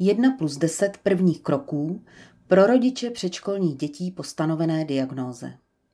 1+10 prvních kroků pro rodiče předškolních dětí po stanovené diagnóze.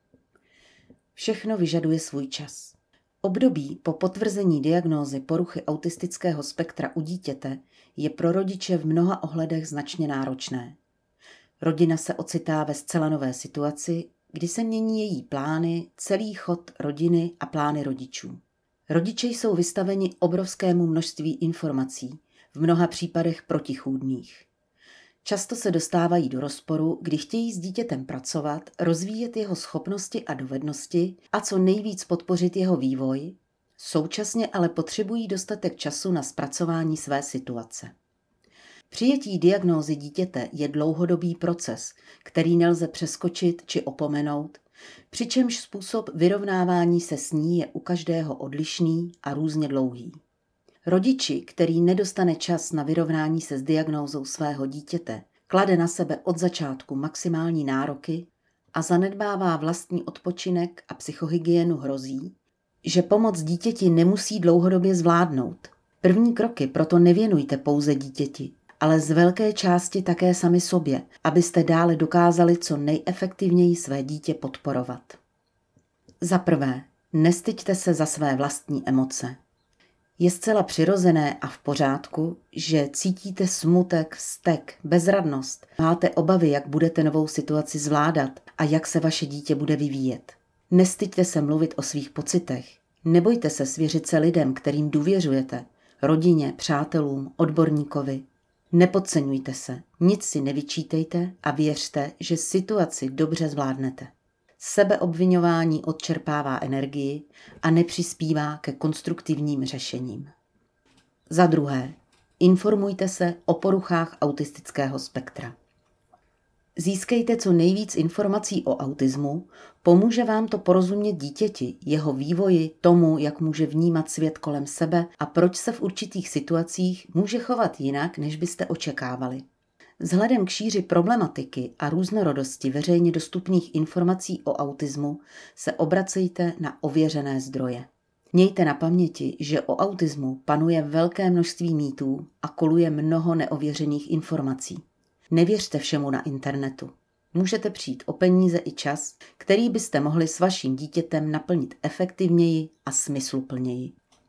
Všechno vyžaduje svůj čas. Období po potvrzení diagnózy poruchy autistického spektra u dítěte je pro rodiče v mnoha ohledech značně náročné. Rodina se ocitá ve zcela nové situaci, kdy se mění její plány, celý chod rodiny a plány rodičů. Rodiče jsou vystaveni obrovskému množství informací, v mnoha případech protichůdných. Často se dostávají do rozporu, kdy chtějí s dítětem pracovat, rozvíjet jeho schopnosti a dovednosti a co nejvíc podpořit jeho vývoj, současně ale potřebují dostatek času na zpracování své situace. Přijetí diagnózy dítěte je dlouhodobý proces, který nelze přeskočit či opomenout, přičemž způsob vyrovnávání se s ní je u každého odlišný a různě dlouhý. Rodiči, který nedostane čas na vyrovnání se s diagnózou svého dítěte, klade na sebe od začátku maximální nároky a zanedbává vlastní odpočinek a psychohygienu, hrozí, že pomoc dítěti nemusí dlouhodobě zvládnout. První kroky proto nevěnujte pouze dítěti, ale z velké části také sami sobě, abyste dále dokázali co nejefektivněji své dítě podporovat. Za prvé, nestyďte se za své vlastní emoce. Je zcela přirozené a v pořádku, že cítíte smutek, vztek, bezradnost, máte obavy, jak budete novou situaci zvládat a jak se vaše dítě bude vyvíjet. Nestyďte se mluvit o svých pocitech. Nebojte se svěřit se lidem, kterým důvěřujete, rodině, přátelům, odborníkovi. Nepodceňujte se, nic si nevyčítejte a věřte, že situaci dobře zvládnete. Sebeobviňování odčerpává energii a nepřispívá ke konstruktivním řešením. Za druhé, informujte se o poruchách autistického spektra. Získejte co nejvíc informací o autismu, pomůže vám to porozumět dítěti, jeho vývoji, tomu, jak může vnímat svět kolem sebe a proč se v určitých situacích může chovat jinak, než byste očekávali. Vzhledem k šíři problematiky a různorodosti veřejně dostupných informací o autismu se obracejte na ověřené zdroje. Mějte na paměti, že o autismu panuje velké množství mýtů a koluje mnoho neověřených informací. Nevěřte všemu na internetu. Můžete přijít o peníze i čas, který byste mohli s vaším dítětem naplnit efektivněji a smysluplněji.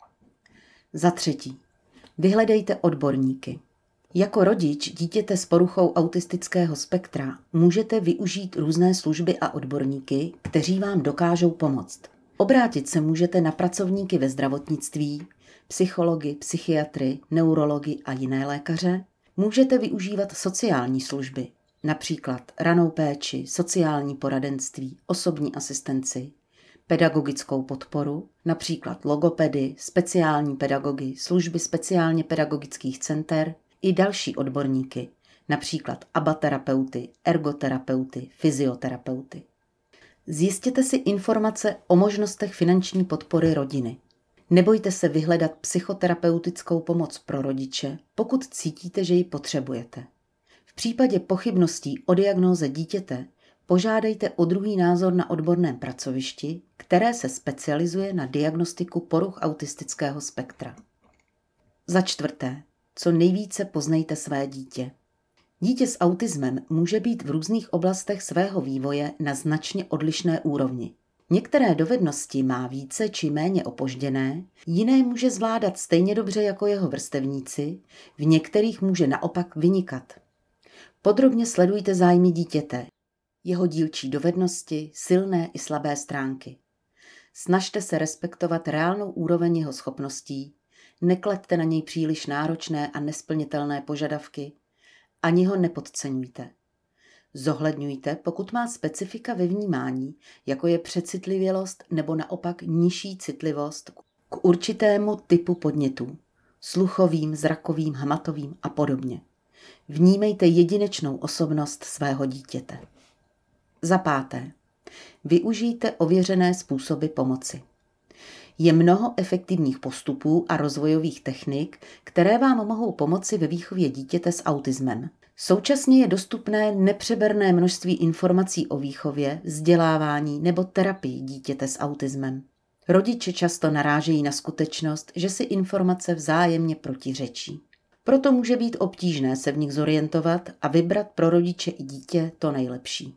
Za třetí, vyhledejte odborníky. Jako rodič dítěte s poruchou autistického spektra můžete využít různé služby a odborníky, kteří vám dokážou pomoct. Obrátit se můžete na pracovníky ve zdravotnictví, psychology, psychiatry, neurology a jiné lékaře. Můžete využívat sociální služby, například ranou péči, sociální poradenství, osobní asistenci, pedagogickou podporu, například logopedy, speciální pedagogy, služby speciálně pedagogických center, i další odborníky, například abaterapeuty, ergoterapeuty, fyzioterapeuty. Zjistěte si informace o možnostech finanční podpory rodiny. Nebojte se vyhledat psychoterapeutickou pomoc pro rodiče, pokud cítíte, že ji potřebujete. V případě pochybností o diagnóze dítěte požádejte o druhý názor na odborném pracovišti, které se specializuje na diagnostiku poruch autistického spektra. Za čtvrté, co nejvíce poznejte své dítě. Dítě s autismem může být v různých oblastech svého vývoje na značně odlišné úrovni. Některé dovednosti má více či méně opožděné, jiné může zvládat stejně dobře jako jeho vrstevníci, v některých může naopak vynikat. Podrobně sledujte zájmy dítěte, jeho dílčí dovednosti, silné i slabé stránky. Snažte se respektovat reálnou úroveň jeho schopností, neklaďte na něj příliš náročné a nesplnitelné požadavky, ani ho nepodceňujte. Zohledňujte, pokud má specifika ve vnímání, jako je přecitlivělost nebo naopak nižší citlivost k určitému typu podnětů, sluchovým, zrakovým, hmatovým a podobně. Vnímejte jedinečnou osobnost svého dítěte. Za páté, využijte ověřené způsoby pomoci. Je mnoho efektivních postupů a rozvojových technik, které vám mohou pomoci ve výchově dítěte s autismem. Současně je dostupné nepřeberné množství informací o výchově, vzdělávání nebo terapii dítěte s autismem. Rodiče často narážejí na skutečnost, že si informace vzájemně protiřečí. Proto může být obtížné se v nich zorientovat a vybrat pro rodiče i dítě to nejlepší.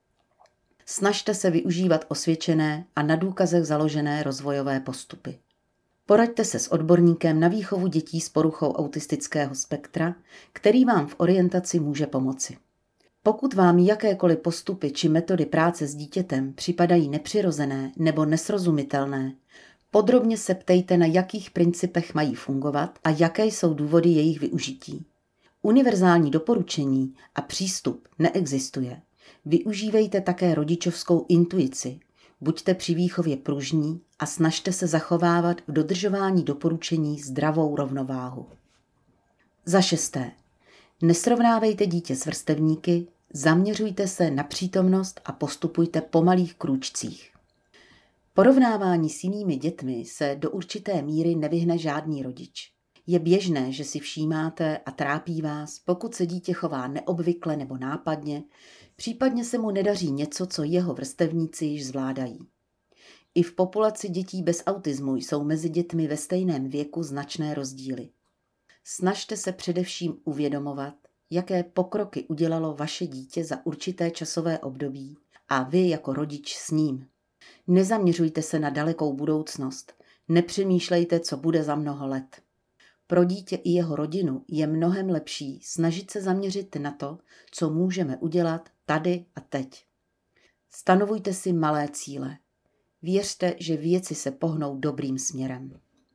Snažte se využívat osvědčené a na důkazech založené rozvojové postupy. Poraďte se s odborníkem na výchovu dětí s poruchou autistického spektra, který vám v orientaci může pomoci. Pokud vám jakékoliv postupy či metody práce s dítětem připadají nepřirozené nebo nesrozumitelné, podrobně se ptejte, na jakých principech mají fungovat a jaké jsou důvody jejich využití. Univerzální doporučení a přístup neexistuje. Využívejte také rodičovskou intuici. Buďte při výchově pružní a snažte se zachovávat v dodržování doporučení zdravou rovnováhu. Za 6. Nesrovnávejte dítě s vrstevníky, zaměřujte se na přítomnost a postupujte po malých krůčcích. Porovnávání s jinými dětmi se do určité míry nevyhne žádný rodič. Je běžné, že si všímáte a trápí vás, pokud se dítě chová neobvykle nebo nápadně, případně se mu nedaří něco, co jeho vrstevníci již zvládají. I v populaci dětí bez autismu jsou mezi dětmi ve stejném věku značné rozdíly. Snažte se především uvědomovat, jaké pokroky udělalo vaše dítě za určité časové období a vy jako rodič s ním. Nezaměřujte se na dalekou budoucnost, nepřemýšlejte, co bude za mnoho let. Pro dítě i jeho rodinu je mnohem lepší snažit se zaměřit na to, co můžeme udělat tady a teď. Stanovujte si malé cíle. Věřte, že věci se pohnou dobrým směrem.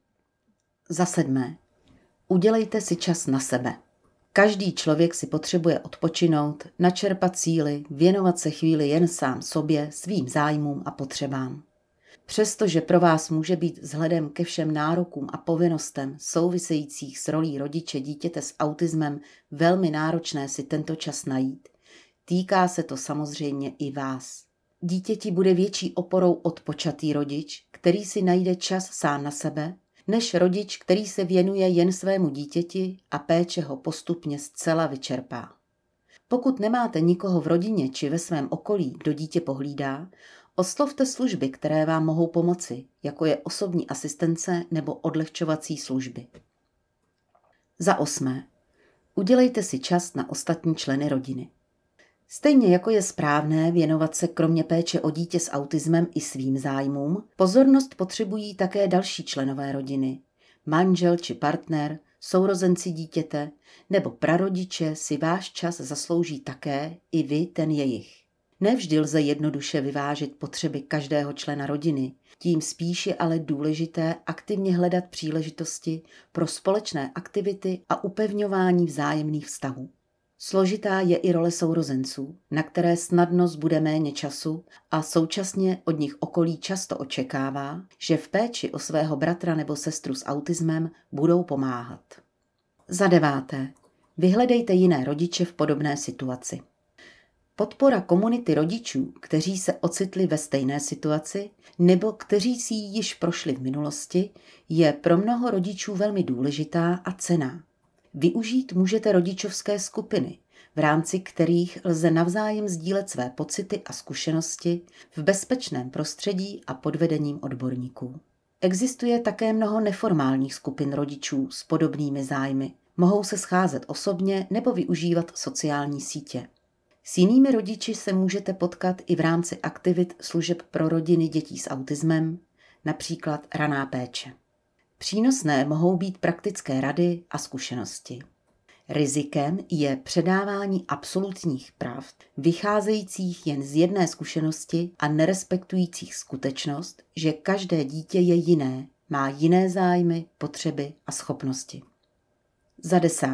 Za 7. Udělejte si čas na sebe. Každý člověk si potřebuje odpočinout, načerpat síly, věnovat se chvíli jen sám sobě, svým zájmům a potřebám. Přestože pro vás může být vzhledem ke všem nárokům a povinnostem souvisejících s rolí rodiče dítěte s autismem velmi náročné si tento čas najít, týká se to samozřejmě i vás. Dítěti bude větší oporou odpočatý rodič, který si najde čas sám na sebe, než rodič, který se věnuje jen svému dítěti a péče ho postupně zcela vyčerpá. Pokud nemáte nikoho v rodině či ve svém okolí, kdo dítě pohlídá, oslovte služby, které vám mohou pomoci, jako je osobní asistence nebo odlehčovací služby. Za 8. Udělejte si čas na ostatní členy rodiny. Stejně jako je správné věnovat se kromě péče o dítě s autismem i svým zájmům, pozornost potřebují také další členové rodiny. Manžel či partner, sourozenci dítěte nebo prarodiče si váš čas zaslouží také, i vy ten jejich. Nevždy lze jednoduše vyvážit potřeby každého člena rodiny, tím spíš je ale důležité aktivně hledat příležitosti pro společné aktivity a upevňování vzájemných vztahů. Složitá je i role sourozenců, na které snadno zbude méně času a současně od nich okolí často očekává, že v péči o svého bratra nebo sestru s autismem budou pomáhat. Za 9. Vyhledejte jiné rodiče v podobné situaci. Podpora komunity rodičů, kteří se ocitli ve stejné situaci nebo kteří si ji již prošli v minulosti, je pro mnoho rodičů velmi důležitá a cenná. Využít můžete rodičovské skupiny, v rámci kterých lze navzájem sdílet své pocity a zkušenosti v bezpečném prostředí a pod vedením odborníků. Existuje také mnoho neformálních skupin rodičů s podobnými zájmy. Mohou se scházet osobně nebo využívat sociální sítě. S jinými rodiči se můžete potkat i v rámci aktivit služeb pro rodiny dětí s autismem, například raná péče. Přínosné mohou být praktické rady a zkušenosti. Rizikem je předávání absolutních pravd, vycházejících jen z jedné zkušenosti a nerespektujících skutečnost, že každé dítě je jiné, má jiné zájmy, potřeby a schopnosti. Za 10.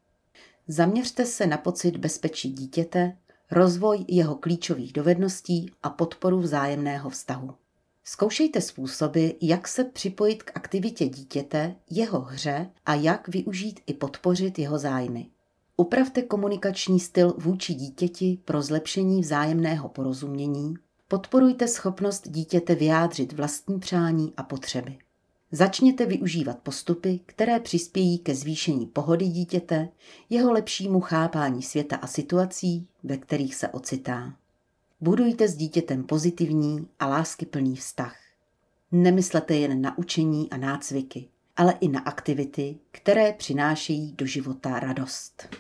Zaměřte se na pocit bezpečí dítěte, rozvoj jeho klíčových dovedností a podporu vzájemného vztahu. Zkoušejte způsoby, jak se připojit k aktivitě dítěte, jeho hře a jak využít i podpořit jeho zájmy. Upravte komunikační styl vůči dítěti pro zlepšení vzájemného porozumění, podporujte schopnost dítěte vyjádřit vlastní přání a potřeby. Začněte využívat postupy, které přispějí ke zvýšení pohody dítěte, jeho lepšímu chápání světa a situací, ve kterých se ocitá. Budujte s dítětem pozitivní a láskyplný vztah. Nemyslete jen na učení a nácviky. ale i na aktivity, které přinášejí do života radost.